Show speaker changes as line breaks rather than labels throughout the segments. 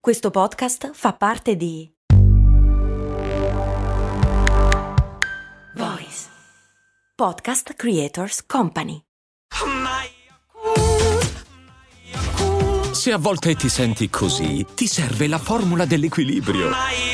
Questo podcast fa parte di Voice Podcast Creators Company.
Se a volte ti senti così, ti serve la formula dell'equilibrio.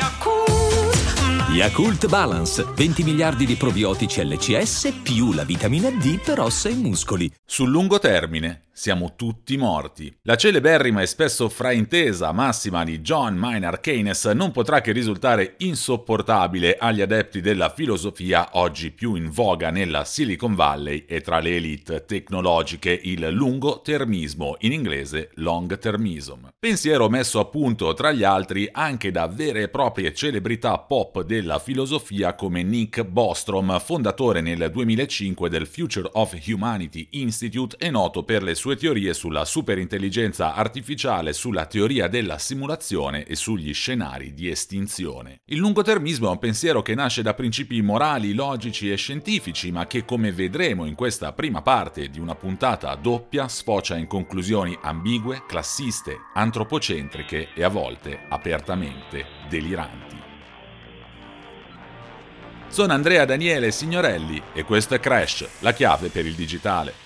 Yakult Balance, 20 miliardi di probiotici LCS più la vitamina D per ossa e muscoli.
Sul lungo termine siamo tutti morti. La celeberrima e spesso fraintesa massima di John Maynard Keynes non potrà che risultare insopportabile agli adepti della filosofia oggi più in voga nella Silicon Valley e tra le elite tecnologiche, il lungo-termismo, in inglese long-termism. Pensiero messo a punto tra gli altri anche da vere e proprie celebrità pop della filosofia come Nick Bostrom, fondatore nel 2005 del Future of Humanity Institute e noto per le sue teorie sulla superintelligenza artificiale, sulla teoria della simulazione e sugli scenari di estinzione. Il lungotermismo è un pensiero che nasce da principi morali, logici e scientifici, ma che, come vedremo in questa prima parte di una puntata doppia, sfocia in conclusioni ambigue, classiste, antropocentriche e a volte apertamente deliranti. Sono Andrea Daniele Signorelli e questo è Crash, la chiave per il digitale.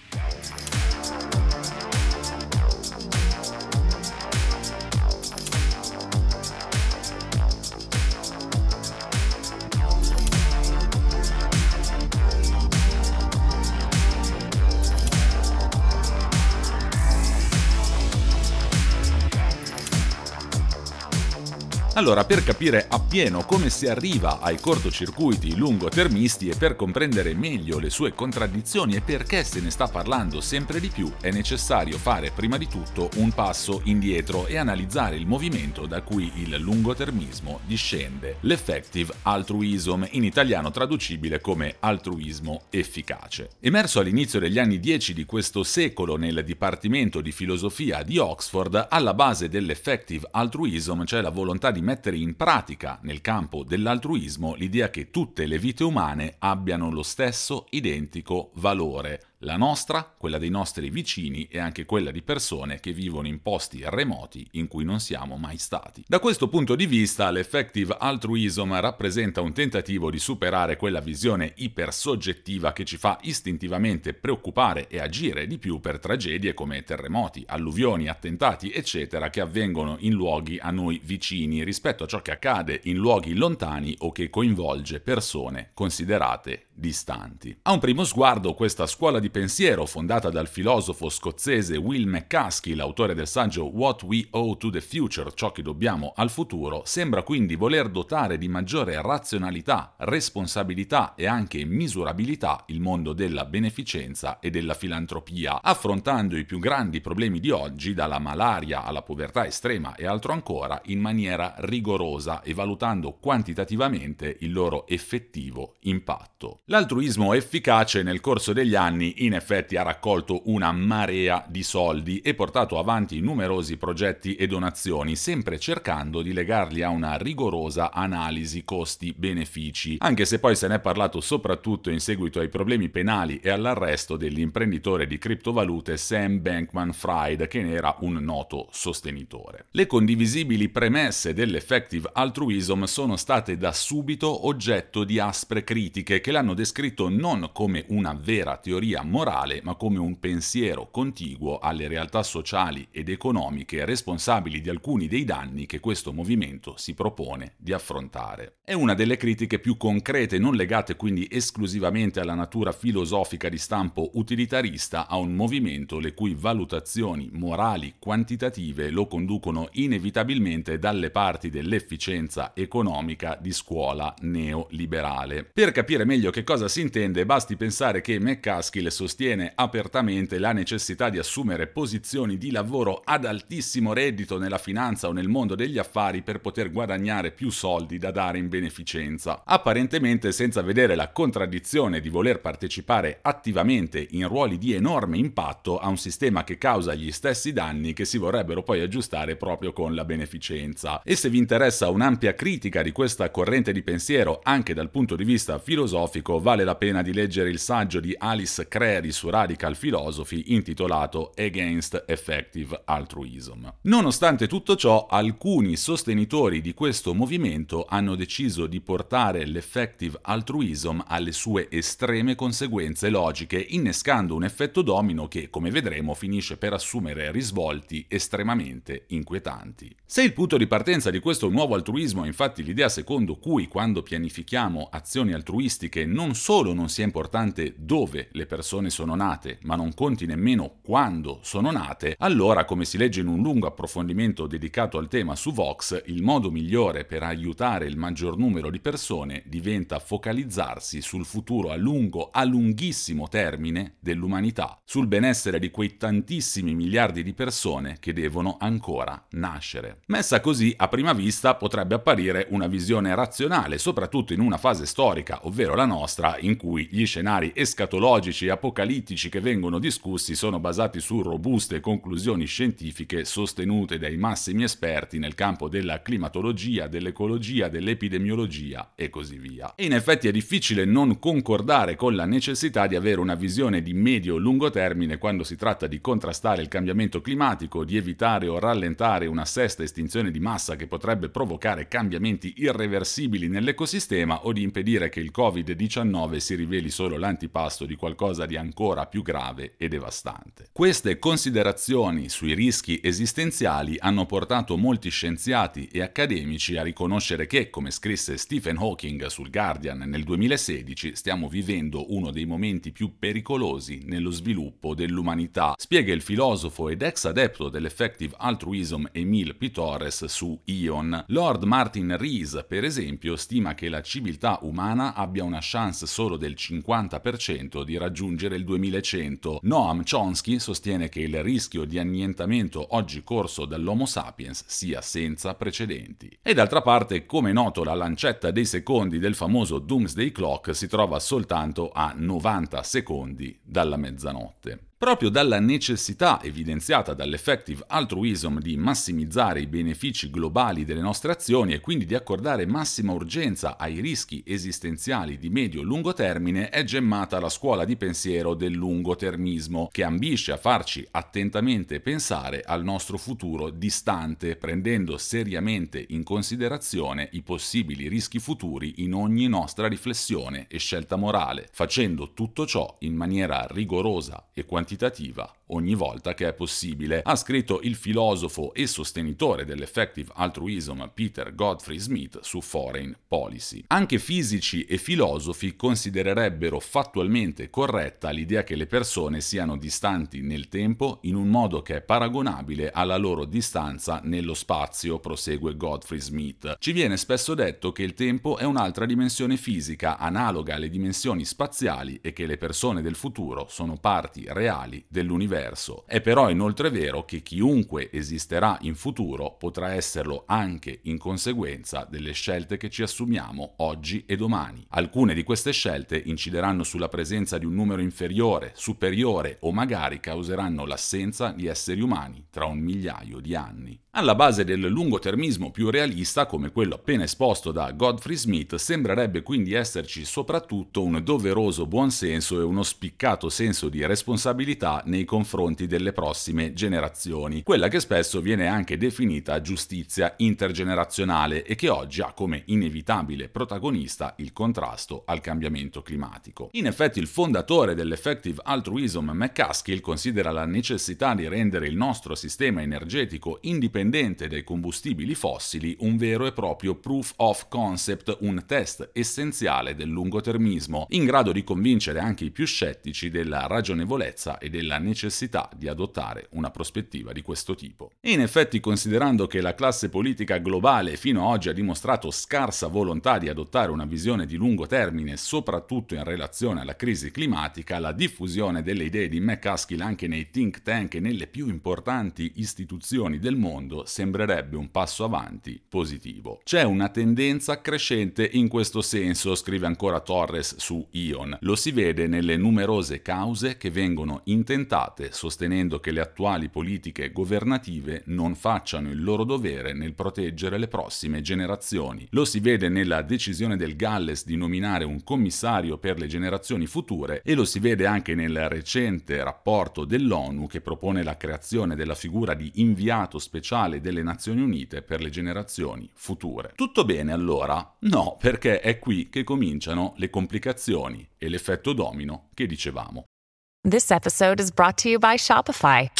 Allora, per capire appieno come si arriva ai cortocircuiti lungotermisti e per comprendere meglio le sue contraddizioni e perché se ne sta parlando sempre di più, è necessario fare prima di tutto un passo indietro e analizzare il movimento da cui il lungotermismo discende, l'effective altruism, in italiano traducibile come altruismo efficace. Emerso all'inizio degli anni 10 di questo secolo nel Dipartimento di Filosofia di Oxford, alla base dell'effective altruism c'è la volontà di mettere in pratica nel campo dell'altruismo l'idea che tutte le vite umane abbiano lo stesso identico valore. La nostra, quella dei nostri vicini e anche quella di persone che vivono in posti remoti in cui non siamo mai stati. Da questo punto di vista, l'effective altruism rappresenta un tentativo di superare quella visione ipersoggettiva che ci fa istintivamente preoccupare e agire di più per tragedie come terremoti, alluvioni, attentati, eccetera, che avvengono in luoghi a noi vicini rispetto a ciò che accade in luoghi lontani o che coinvolge persone considerate distanti. A un primo sguardo, questa scuola di pensiero, fondata dal filosofo scozzese Will MacCaskill, l'autore del saggio What We Owe to the Future, ciò che dobbiamo al futuro, sembra quindi voler dotare di maggiore razionalità, responsabilità e anche misurabilità il mondo della beneficenza e della filantropia, affrontando i più grandi problemi di oggi, dalla malaria alla povertà estrema e altro ancora, in maniera rigorosa e valutando quantitativamente il loro effettivo impatto. L'altruismo efficace nel corso degli anni in effetti ha raccolto una marea di soldi e portato avanti numerosi progetti e donazioni, sempre cercando di legarli a una rigorosa analisi costi-benefici, anche se poi se ne è parlato soprattutto in seguito ai problemi penali e all'arresto dell'imprenditore di criptovalute Sam Bankman-Fried, che ne era un noto sostenitore. Le condivisibili premesse dell'effective altruism sono state da subito oggetto di aspre critiche che l'hanno descritto non come una vera teoria morale, ma come un pensiero contiguo alle realtà sociali ed economiche responsabili di alcuni dei danni che questo movimento si propone di affrontare. È una delle critiche più concrete, non legate quindi esclusivamente alla natura filosofica di stampo utilitarista, a un movimento le cui valutazioni morali quantitative lo conducono inevitabilmente dalle parti dell'efficienza economica di scuola neoliberale. Per capire meglio che cosa si intende, basti pensare che MacCaskill sostiene apertamente la necessità di assumere posizioni di lavoro ad altissimo reddito nella finanza o nel mondo degli affari per poter guadagnare più soldi da dare in beneficenza, apparentemente senza vedere la contraddizione di voler partecipare attivamente in ruoli di enorme impatto a un sistema che causa gli stessi danni che si vorrebbero poi aggiustare proprio con la beneficenza. E se vi interessa un'ampia critica di questa corrente di pensiero anche dal punto di vista filosofico, libro vale la pena di leggere il saggio di Alice Crary su Radical Philosophy intitolato Against Effective Altruism. Nonostante tutto ciò, alcuni sostenitori di questo movimento hanno deciso di portare l'effective altruism alle sue estreme conseguenze logiche, innescando un effetto domino che, come vedremo, finisce per assumere risvolti estremamente inquietanti. Se il punto di partenza di questo nuovo altruismo è infatti l'idea secondo cui quando pianifichiamo azioni altruistiche non solo non sia importante dove le persone sono nate, ma non conti nemmeno quando sono nate, allora, come si legge in un lungo approfondimento dedicato al tema su Vox, il modo migliore per aiutare il maggior numero di persone diventa focalizzarsi sul futuro a lunghissimo termine dell'umanità, sul benessere di quei tantissimi miliardi di persone che devono ancora nascere. Messa così, a prima vista potrebbe apparire una visione razionale, soprattutto in una fase storica, ovvero la nostra, in cui gli scenari escatologici e apocalittici che vengono discussi sono basati su robuste conclusioni scientifiche sostenute dai massimi esperti nel campo della climatologia, dell'ecologia, dell'epidemiologia e così via. E in effetti è difficile non concordare con la necessità di avere una visione di medio-lungo termine quando si tratta di contrastare il cambiamento climatico, di evitare o rallentare una sesta estinzione di massa che potrebbe provocare cambiamenti irreversibili nell'ecosistema o di impedire che il Covid-19 si riveli solo l'antipasto di qualcosa di ancora più grave e devastante. Queste considerazioni sui rischi esistenziali hanno portato molti scienziati e accademici a riconoscere che, come scrisse Stephen Hawking sul Guardian nel 2016, stiamo vivendo uno dei momenti più pericolosi nello sviluppo dell'umanità, spiega il filosofo ed ex adepto dell'effective altruism Emile P. Torres su Ion. Lord Martin Rees, per esempio, stima che la civiltà umana abbia una chance solo del 50% di raggiungere il 2100. Noam Chomsky sostiene che il rischio di annientamento oggi corso dall'Homo sapiens sia senza precedenti. E d'altra parte, come noto, la lancetta dei secondi del famoso Doomsday Clock si trova soltanto a 90 secondi dalla mezzanotte. Proprio dalla necessità evidenziata dall'effective altruism di massimizzare i benefici globali delle nostre azioni e quindi di accordare massima urgenza ai rischi esistenziali di medio-lungo termine è gemmata la scuola di pensiero del lungotermismo, che ambisce a farci attentamente pensare al nostro futuro distante, prendendo seriamente in considerazione i possibili rischi futuri in ogni nostra riflessione e scelta morale, facendo tutto ciò in maniera rigorosa e quantitativa ogni volta che è possibile, ha scritto il filosofo e sostenitore dell'effective altruism Peter Godfrey Smith su Foreign Policy. Anche fisici e filosofi considererebbero fattualmente corretta l'idea che le persone siano distanti nel tempo in un modo che è paragonabile alla loro distanza nello spazio, prosegue Godfrey Smith. Ci viene spesso detto che il tempo è un'altra dimensione fisica analoga alle dimensioni spaziali e che le persone del futuro sono parti reali dell'universo. È però inoltre vero che chiunque esisterà in futuro potrà esserlo anche in conseguenza delle scelte che ci assumiamo oggi e domani. Alcune di queste scelte incideranno sulla presenza di un numero inferiore, superiore o magari causeranno l'assenza di esseri umani tra 1 migliaio di anni. Alla base del lungotermismo più realista, come quello appena esposto da Godfrey Smith, sembrerebbe quindi esserci soprattutto un doveroso buonsenso e uno spiccato senso di responsabilità nei confronti delle prossime generazioni, quella che spesso viene anche definita giustizia intergenerazionale e che oggi ha come inevitabile protagonista il contrasto al cambiamento climatico. In effetti il fondatore dell'effective altruism McCaskill considera la necessità di rendere il nostro sistema energetico indipendente dai combustibili fossili un vero e proprio proof of concept, un test essenziale del lungotermismo, in grado di convincere anche i più scettici della ragionevolezza e della necessità di adottare una prospettiva di questo tipo. E in effetti, considerando che la classe politica globale fino ad oggi ha dimostrato scarsa volontà di adottare una visione di lungo termine, soprattutto in relazione alla crisi climatica, la diffusione delle idee di McCaskill anche nei think tank e nelle più importanti istituzioni del mondo questo sembrerebbe un passo avanti positivo. C'è una tendenza crescente in questo senso, scrive ancora Torres su Ion. Lo si vede nelle numerose cause che vengono intentate sostenendo che le attuali politiche governative non facciano il loro dovere nel proteggere le prossime generazioni. Lo si vede nella decisione del Galles di nominare un commissario per le generazioni future e lo si vede anche nel recente rapporto dell'ONU che propone la creazione della figura di inviato speciale delle Nazioni Unite per le generazioni future. Tutto bene allora? No, perché è qui che cominciano le complicazioni e l'effetto domino che dicevamo.
This episode is brought to you by Shopify.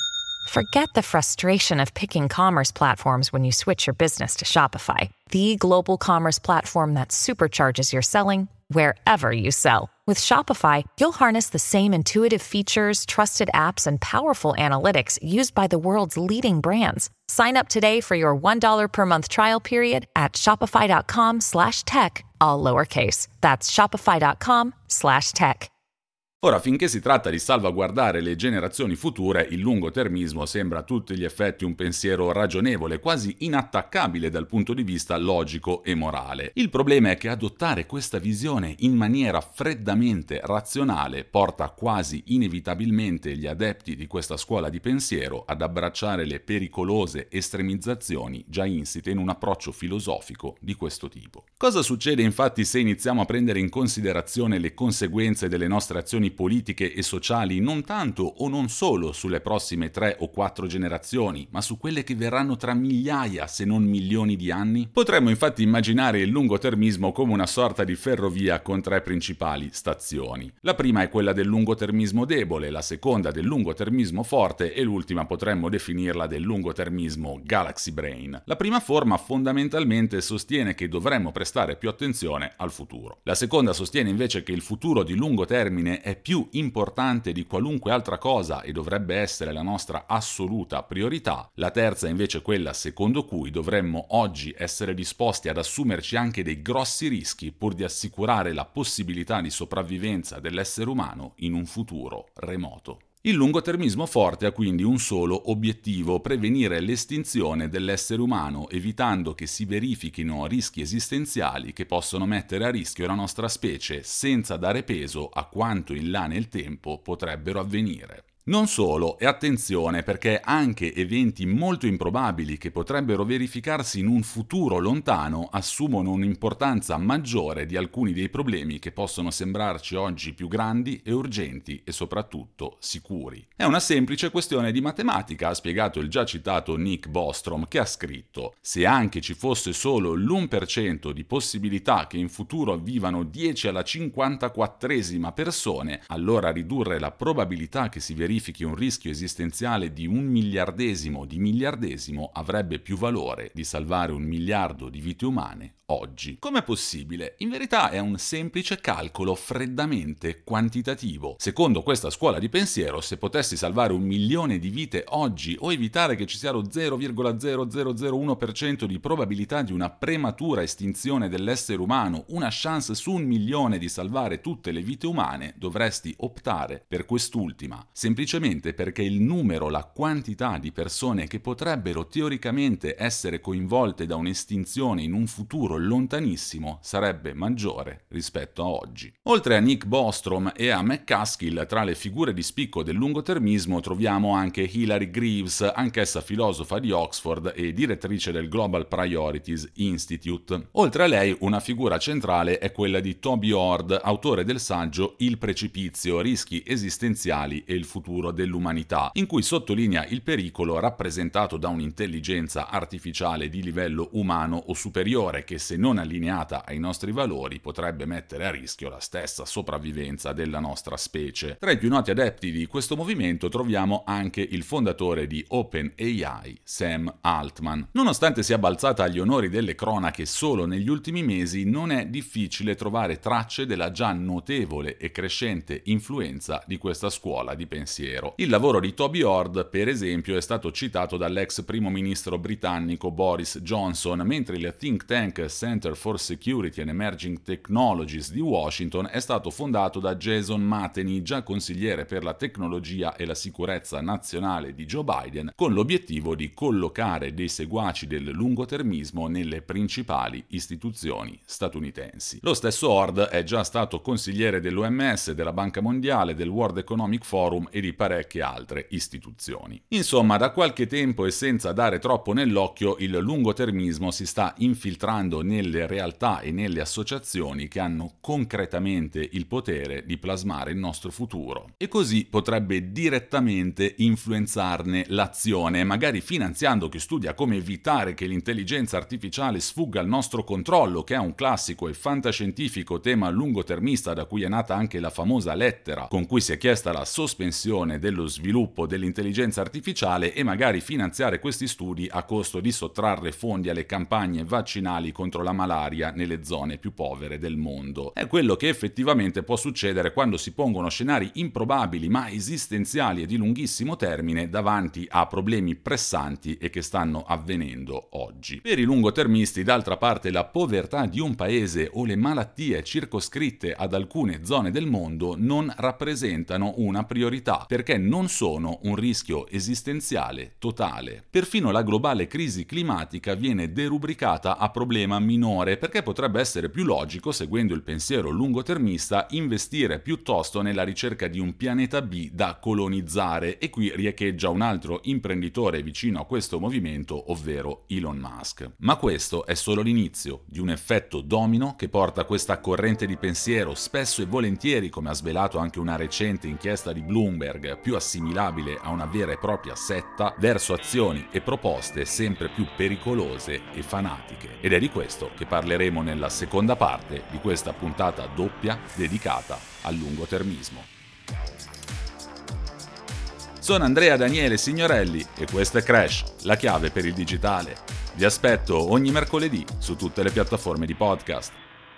Forget the frustration of picking commerce platforms when you switch your business to Shopify, the global commerce platform that supercharges your selling wherever you sell. With Shopify, you'll harness the same intuitive features, trusted apps, and powerful analytics used by the world's leading brands. Sign up today for your $1 per month trial period at shopify.com/tech, all lowercase. That's shopify.com/tech.
Ora, finché si tratta di salvaguardare le generazioni future, il lungotermismo sembra a tutti gli effetti un pensiero ragionevole, quasi inattaccabile dal punto di vista logico e morale. Il problema è che adottare questa visione in maniera freddamente razionale porta quasi inevitabilmente gli adepti di questa scuola di pensiero ad abbracciare le pericolose estremizzazioni già insite in un approccio filosofico di questo tipo. Cosa succede infatti se iniziamo a prendere in considerazione le conseguenze delle nostre azioni politiche e sociali non tanto o non solo sulle prossime 3 o 4 generazioni, ma su quelle che verranno tra migliaia se non milioni di anni? Potremmo infatti immaginare il lungotermismo come una sorta di ferrovia con 3 principali stazioni. La prima è quella del lungotermismo debole, la seconda del lungotermismo forte e l'ultima potremmo definirla del lungotermismo galaxy brain. La prima forma fondamentalmente sostiene che dovremmo prestare più attenzione al futuro. La seconda sostiene invece che il futuro di lungo termine è più importante di qualunque altra cosa e dovrebbe essere la nostra assoluta priorità. La terza è invece quella secondo cui dovremmo oggi essere disposti ad assumerci anche dei grossi rischi pur di assicurare la possibilità di sopravvivenza dell'essere umano in un futuro remoto. Il lungotermismo forte ha quindi un solo obiettivo: prevenire l'estinzione dell'essere umano, evitando che si verifichino rischi esistenziali che possono mettere a rischio la nostra specie, senza dare peso a quanto in là nel tempo potrebbero avvenire. Non solo, e attenzione, perché anche eventi molto improbabili che potrebbero verificarsi in un futuro lontano assumono un'importanza maggiore di alcuni dei problemi che possono sembrarci oggi più grandi e urgenti e soprattutto sicuri. È una semplice questione di matematica, ha spiegato il già citato Nick Bostrom, che ha scritto: se anche ci fosse solo l'1% di possibilità che in futuro vivano 10 alla 54esima persone, allora ridurre la probabilità che si verifichi un rischio esistenziale di 1/1000 di miliardesimo avrebbe più valore di salvare 1 miliardo di vite umane oggi. Com'è possibile? In verità è un semplice calcolo freddamente quantitativo. Secondo questa scuola di pensiero, se potessi salvare 1 milione di vite oggi o evitare che ci sia lo 0,0001% di probabilità di una prematura estinzione dell'essere umano, una chance su 1 milione di salvare tutte le vite umane, dovresti optare per quest'ultima, semplicemente perché il numero, la quantità di persone che potrebbero teoricamente essere coinvolte da un'estinzione in un futuro lontanissimo sarebbe maggiore rispetto a oggi. Oltre a Nick Bostrom e a McCaskill, tra le figure di spicco del lungotermismo troviamo anche Hilary Greaves, anch'essa filosofa di Oxford e direttrice del Global Priorities Institute. Oltre a lei, una figura centrale è quella di Toby Ord, autore del saggio Il precipizio, rischi esistenziali e il futuro dell'umanità, in cui sottolinea il pericolo rappresentato da un'intelligenza artificiale di livello umano o superiore che, se non allineata ai nostri valori, potrebbe mettere a rischio la stessa sopravvivenza della nostra specie. Tra i più noti adepti di questo movimento troviamo anche il fondatore di OpenAI, Sam Altman. Nonostante sia balzata agli onori delle cronache solo negli ultimi mesi, non è difficile trovare tracce della già notevole e crescente influenza di questa scuola di pensiero. pensiero. Il lavoro di Toby Ord, per esempio, è stato citato dall'ex primo ministro britannico Boris Johnson, mentre il think tank Center for Security and Emerging Technologies di Washington è stato fondato da Jason Mateny, già consigliere per la tecnologia e la sicurezza nazionale di Joe Biden, con l'obiettivo di collocare dei seguaci del lungotermismo nelle principali istituzioni statunitensi. Lo stesso Ord è già stato consigliere dell'OMS, della Banca Mondiale, del World Economic Forum e di parecchie altre istituzioni. Insomma, da qualche tempo e senza dare troppo nell'occhio, il lungotermismo si sta infiltrando nelle realtà e nelle associazioni che hanno concretamente il potere di plasmare il nostro futuro. E così potrebbe direttamente influenzarne l'azione, magari finanziando chi studia come evitare che l'intelligenza artificiale sfugga al nostro controllo, che è un classico e fantascientifico tema lungotermista da cui è nata anche la famosa lettera con cui si è chiesta la sospensione dello sviluppo dell'intelligenza artificiale, e magari finanziare questi studi a costo di sottrarre fondi alle campagne vaccinali contro la malaria nelle zone più povere del mondo. È quello che effettivamente può succedere quando si pongono scenari improbabili ma esistenziali e di lunghissimo termine davanti a problemi pressanti e che stanno avvenendo oggi. Per i lungotermisti, d'altra parte, la povertà di un paese o le malattie circoscritte ad alcune zone del mondo non rappresentano una priorità, perché non sono un rischio esistenziale totale. Perfino la globale crisi climatica viene derubricata a problema minore, perché potrebbe essere più logico, seguendo il pensiero lungotermista, investire piuttosto nella ricerca di un pianeta B da colonizzare, e qui riecheggia un altro imprenditore vicino a questo movimento, ovvero Elon Musk. Ma questo è solo l'inizio di un effetto domino che porta questa corrente di pensiero, spesso e volentieri, come ha svelato anche una recente inchiesta di Bloomberg, più assimilabile a una vera e propria setta, verso azioni e proposte sempre più pericolose e fanatiche. Ed è di questo che parleremo nella seconda parte di questa puntata doppia dedicata al lungotermismo. Sono Andrea Daniele Signorelli e questo è Crash, la chiave per il digitale. Vi aspetto ogni mercoledì su tutte le piattaforme di podcast.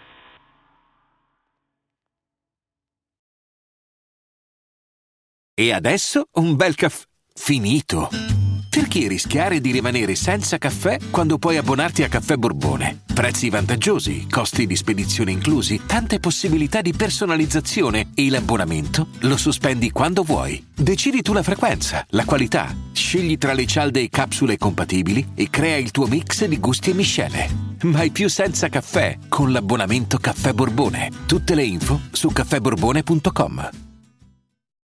E adesso un bel caffè finito. Perché rischiare di rimanere senza caffè quando puoi abbonarti a Caffè Borbone? Prezzi vantaggiosi, costi di spedizione inclusi, tante possibilità di personalizzazione e l'abbonamento lo sospendi quando vuoi. Decidi tu la frequenza, la qualità, scegli tra le cialde e capsule compatibili e crea il tuo mix di gusti e miscele. Mai più senza caffè con l'abbonamento Caffè Borbone. Tutte le info su caffèborbone.com.